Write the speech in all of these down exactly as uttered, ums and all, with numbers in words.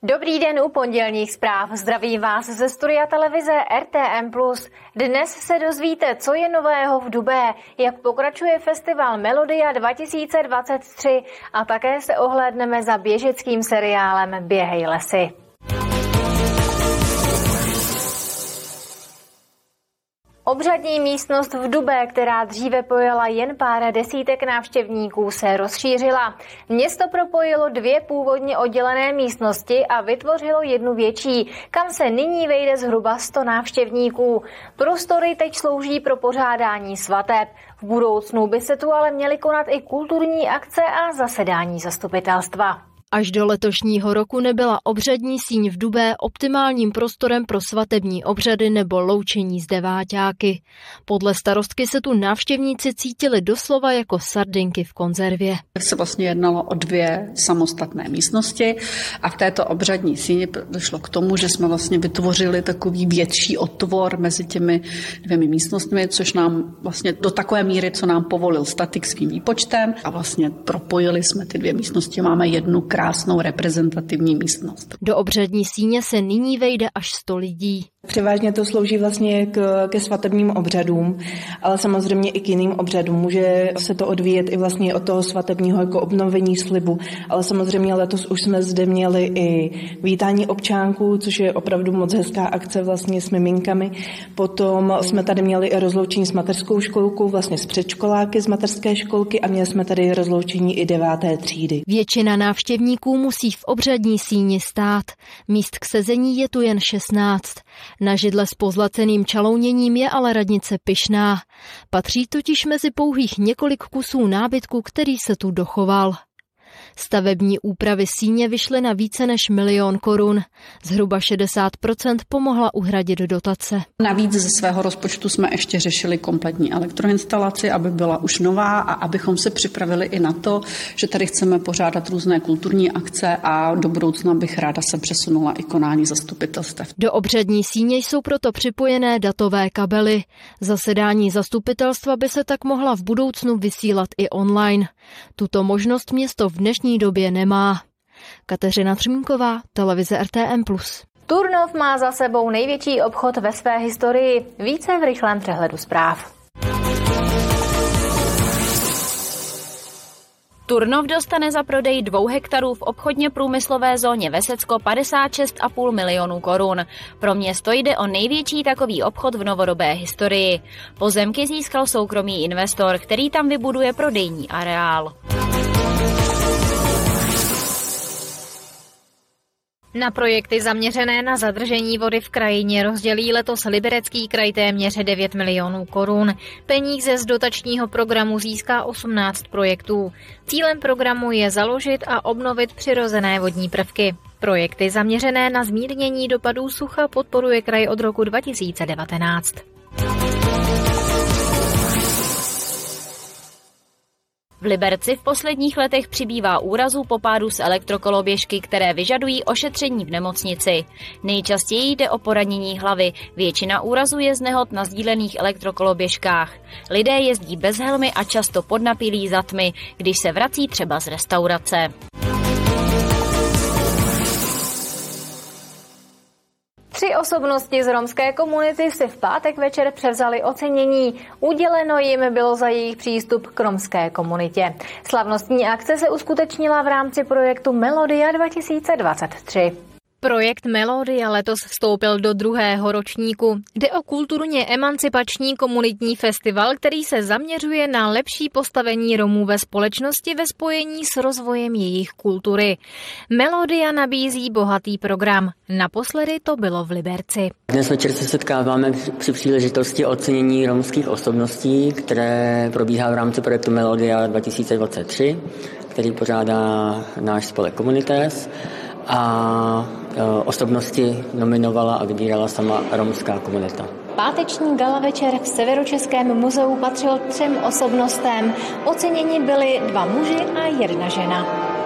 Dobrý den u pondělních zpráv. Zdravím vás ze studia televize R T M plus. Dnes se dozvíte, co je nového v Dubé, jak pokračuje festival Melodia dva tisíce dvacet tři a také se ohlédneme za běžeckým seriálem Běhej lesy. Obřadní místnost v Dubé, která dříve pojala jen pár desítek návštěvníků, se rozšířila. Město propojilo dvě původně oddělené místnosti a vytvořilo jednu větší, kam se nyní vejde zhruba sto návštěvníků. Prostory teď slouží pro pořádání svateb. V budoucnu by se tu ale měly konat i kulturní akce a zasedání zastupitelstva. Až do letošního roku nebyla obřadní síň v Dubé optimálním prostorem pro svatební obřady nebo loučení s deváťáky. Podle starostky se tu návštěvníci cítili doslova jako sardinky v konzervě. Se vlastně jednalo o dvě samostatné místnosti a v této obřadní síni došlo k tomu, že jsme vlastně vytvořili takový větší otvor mezi těmi dvěmi místnostmi, což nám vlastně do takové míry, co nám povolil statik svým výpočtem a vlastně propojili jsme ty dvě místnosti, máme jednu krásnou reprezentativní místnost. Do obřadní síně se nyní vejde až sto lidí. Převážně to slouží vlastně k, ke svatebním obřadům, ale samozřejmě i k jiným obřadům. Může se to odvíjet i vlastně od toho svatebního jako obnovení slibu, ale samozřejmě letos už jsme zde měli i vítání občánků, což je opravdu moc hezká akce vlastně s miminkami. Potom jsme tady měli i rozloučení s mateřskou školkou, vlastně s předškoláky z mateřské školky a měli jsme tady rozloučení i deváté třídy. Většina návštěvníků musí v obřadní síni stát. Míst k sezení je tu jen šestnáct. Na židle s pozlaceným čalouněním je ale radnice pyšná. Patří totiž mezi pouhých několik kusů nábytku, který se tu dochoval. Stavební úpravy síně vyšly na více než milion korun. Zhruba šedesát procent pomohla uhradit dotace. Navíc ze svého rozpočtu jsme ještě řešili kompletní elektroinstalaci, aby byla už nová a abychom se připravili i na to, že tady chceme pořádat různé kulturní akce a do budoucna bych ráda se přesunula i konání zastupitelstev. Do obřadní síně jsou proto připojené datové kabely. Zasedání zastupitelstva by se tak mohla v budoucnu vysílat i online. Tuto možnost město v dnešní době nemá. Kateřina Třmínková, televize R T M plus. Turnov má za sebou největší obchod ve své historii. Více v rychlém přehledu zpráv. Turnov dostane za prodej dvou hektarů v obchodně průmyslové zóně Vesecko padesát šest a půl milionů korun. Pro město jde o největší takový obchod v novodobé historii. Pozemky získal soukromý investor, který tam vybuduje prodejní areál. Na projekty zaměřené na zadržení vody v krajině rozdělí letos Liberecký kraj téměř devět milionů korun. Peníze z dotačního programu získá osmnáct projektů. Cílem programu je založit a obnovit přirozené vodní prvky. Projekty zaměřené na zmírnění dopadů sucha podporuje kraj od roku dva tisíce devatenáct. V Liberci v posledních letech přibývá úrazů po pádu z elektrokoloběžky, které vyžadují ošetření v nemocnici. Nejčastěji jde o poranění hlavy, většina úrazů je z nehod na sdílených elektrokoloběžkách. Lidé jezdí bez helmy a často podnapilí za tmy, když se vrací třeba z restaurace. Tři osobnosti z romské komunity si v pátek večer převzali ocenění. Uděleno jim bylo za jejich přístup k romské komunitě. Slavnostní akce se uskutečnila v rámci projektu Melodia dva tisíce dvacet tři. Projekt Melodia letos vstoupil do druhého ročníku. Jde o kulturně emancipační komunitní festival, který se zaměřuje na lepší postavení Romů ve společnosti ve spojení s rozvojem jejich kultury. Melodia nabízí bohatý program. Naposledy to bylo v Liberci. Dnes večer se setkáváme při příležitosti ocenění romských osobností, které probíhá v rámci projektu Melodia dva tisíce dvacet tři, který pořádá náš spolek Komunités. A osobnosti nominovala a vybírala sama romská komunita. Páteční gala večer v Severočeském muzeu patřil třem osobnostem. Oceněni byli dva muži a jedna žena.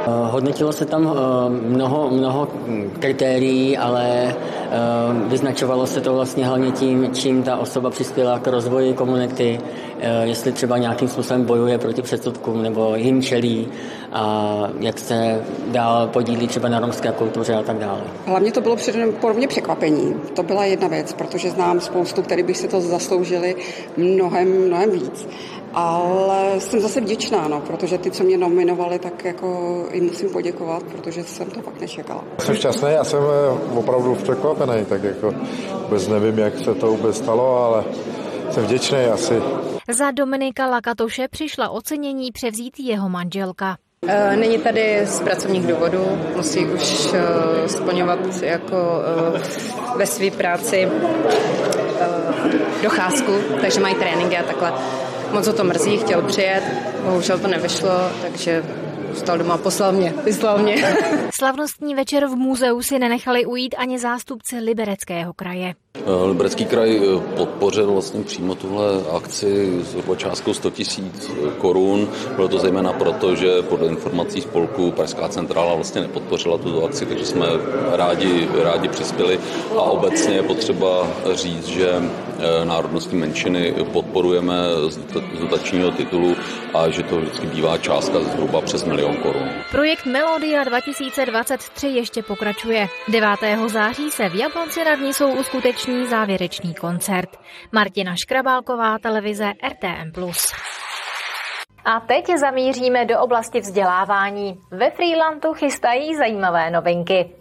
Hodnotilo se tam mnoho, mnoho kritérií, ale vyznačovalo se to vlastně hlavně tím, čím ta osoba přispěla k rozvoji komunity, jestli třeba nějakým způsobem bojuje proti předsudkům nebo jim čelí a jak se dál podílí třeba na romské kultuře a tak dále. Hlavně to bylo pro mě překvapení. To byla jedna věc, protože znám spoustu, který by si to zasloužili mnohem, mnohem víc. Ale jsem zase vděčná, no, protože ty, co mě nominovali, tak jako jim musím poděkovat, protože jsem to fakt nečekala. Jsem šťastný a jsem opravdu překvapený, tak jako vůbec nevím, jak se to vůbec stalo, ale jsem vděčný asi. Za Dominika Lakatoše přišla ocenění převzít jeho manželka. Není tady z pracovních důvodů, musí už splňovat jako ve své práci docházku, takže mají tréninky a takhle. Moc ho to mrzí, chtěl přijet, bohužel to nevyšlo, takže zůstal doma a poslal mě, vyslal mě. Slavnostní večer v muzeu si nenechali ujít ani zástupci Libereckého kraje. Liberecký kraj podpořil vlastně přímo tuhle akci zhruba částkou sto tisíc korun. Bylo to zejména proto, že podle informací spolku Pražská centrála vlastně nepodpořila tuto akci, takže jsme rádi, rádi přispěli. A obecně je potřeba říct, že národnostní menšiny podporujeme z dotačního titulu a že to vždycky bývá částka zhruba přes milion korun. Projekt Melodia dva tisíce dvacet tři ještě pokračuje. devátého září se v Jablonci nad Nisou uskuteční závěrečný koncert. Martina Škrabálková, televize R T M plus. A teď zamíříme do oblasti vzdělávání. Ve Frýdlantu chystají zajímavé novinky.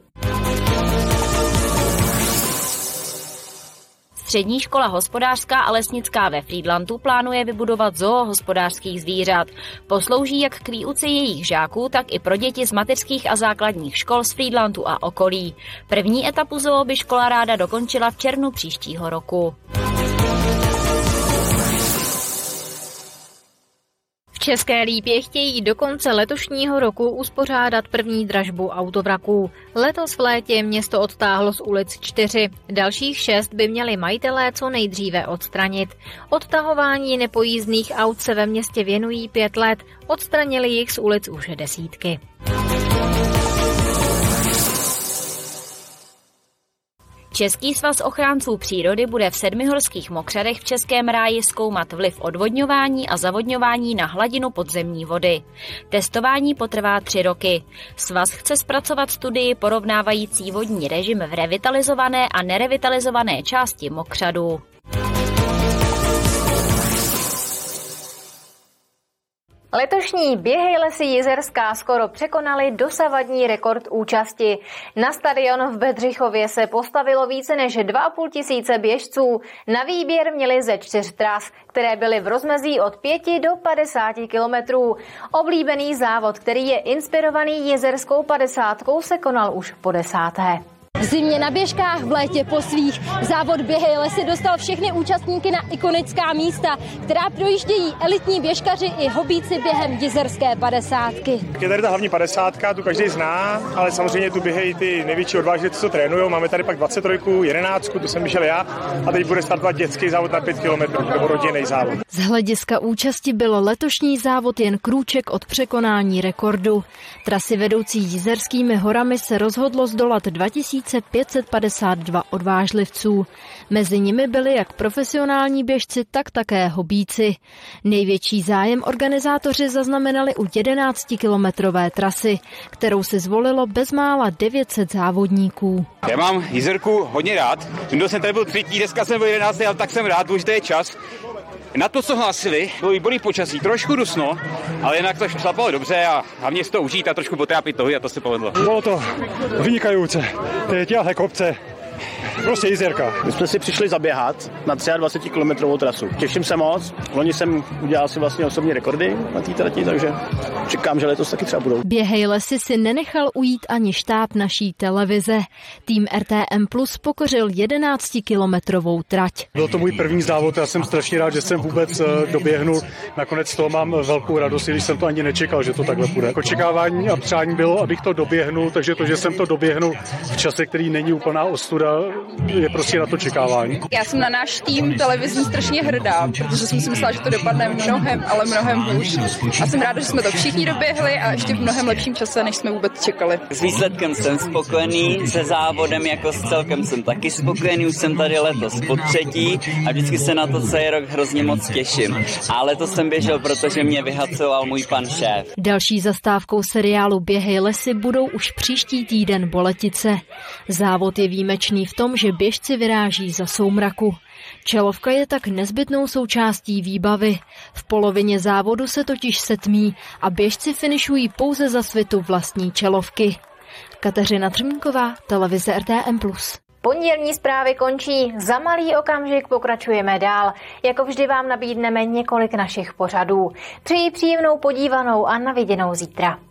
Střední škola hospodářská a lesnická ve Frýdlantu plánuje vybudovat zoo hospodářských zvířat. Poslouží jak k výuce jejich žáků, tak i pro děti z mateřských a základních škol z Frýdlantu a okolí. První etapu zoo by škola ráda dokončila v červnu příštího roku. V České Lípě chtějí do konce letošního roku uspořádat první dražbu autovraků. Letos v létě město odtáhlo z ulic čtyři. Dalších šest by měli majitelé co nejdříve odstranit. Odtahování nepojízdných aut se ve městě věnují pět let. Odstranili jich z ulic už desítky. Český svaz ochránců přírody bude v sedmihorských mokřadech v Českém ráji zkoumat vliv odvodňování a zavodňování na hladinu podzemní vody. Testování potrvá tři roky. Svaz chce zpracovat studii porovnávající vodní režim v revitalizované a nerevitalizované části mokřadů. Letošní Běhej lesy Jizerská skoro překonali dosavadní rekord účasti. Na stadion v Bedřichově se postavilo více než dva a půl tisíce běžců. Na výběr měli ze čtyř tras, které byly v rozmezí od pěti do padesáti kilometrů. Oblíbený závod, který je inspirovaný jizerskou padesátkou, se konal už po desáté. V zimě na běžkách, v létě po svých. Závod Běhej lesy dostal všechny účastníky na ikonická místa, která projíždějí elitní běžkaři i hobíci během jizerské padesátky. Je tady ta hlavní padesátka, tu každý zná, ale samozřejmě tu běhají ty největší odvážlivci, co trénujou. Máme tady pak dvacet tři, jedenáct, tu jsem běžel já a teď bude startovat dětský závod na pět kilometrů, nebo rodinný závod. Z hlediska účasti byl letošní závod jen krůček od překonání rekordu. Trasy vedoucí Jizerskými horami se rozhodlo zdolat dva tisíce pět set padesát dva odvážlivců. Mezi nimi byli jak profesionální běžci, tak také hobíci. Největší zájem organizátoři zaznamenali u jedenáctikilometrové trasy, kterou si zvolilo bezmála devět set závodníků. Já mám Jizerku hodně rád. Minul jsem tady byl třetí, dneska jsem byl jedenáctý, ale tak jsem rád, důležitý je čas. Na to, co hlásili, bylo výborný počasí, trošku dusno, ale jinak to šlapalo dobře a hlavně si to užít a trošku potrápit toho a to se povedlo. Bylo to vynikající, těhle kopce, prostě Jizerka. My jsme si přišli zaběhat na dvacetikilometrovou trasu. Těším se moc, loni jsem udělal si vlastně osobní rekordy na té trati, takže čekám, že letos taky třeba budou. Běhej lesy si nenechal ujít ani štáb naší televize. Tým R T M plus pokořil jedenáctikilometrovou trať. Byl to můj první závod, já jsem strašně rád, že jsem vůbec doběhnul. Nakonec toho mám velkou radost, když jsem to ani nečekal, že to takhle bude. Očekávání a přání bylo, abych to doběhnul, takže to, že jsem to doběhnul v čase, který není úplná ostuda, je prostě na to čekávání. Já jsem na náš tým televizní strašně hrdá, protože jsem si myslela, že to dopadne mnohem, ale mnohem hůř. A jsem ráda, že jsme to všichni doběhli a ještě v mnohem lepším čase, než jsme vůbec čekali. S výsledkem jsem spokojený, se závodem jako s celkem jsem taky spokojený, už jsem tady letos po třetí a vždycky se na to celý rok hrozně moc těším. A letos jsem běžel, protože mě vyhacoval můj pan šéf. Další zastávkou seriálu Běhej lesy budou už příští týden Boletice. Závod je výjimečný v tom, že běžci vyráží za soumraku. Čelovka je tak nezbytnou součástí výbavy. V polovině závodu se totiž setmí a běžci finišují pouze za svitu vlastní čelovky. Kateřina Třmínková, televize R T M plus. Pondělní zprávy končí, za malý okamžik pokračujeme dál. Jako vždy vám nabídneme několik našich pořadů. Přeji příjemnou podívanou a na viděnou zítra.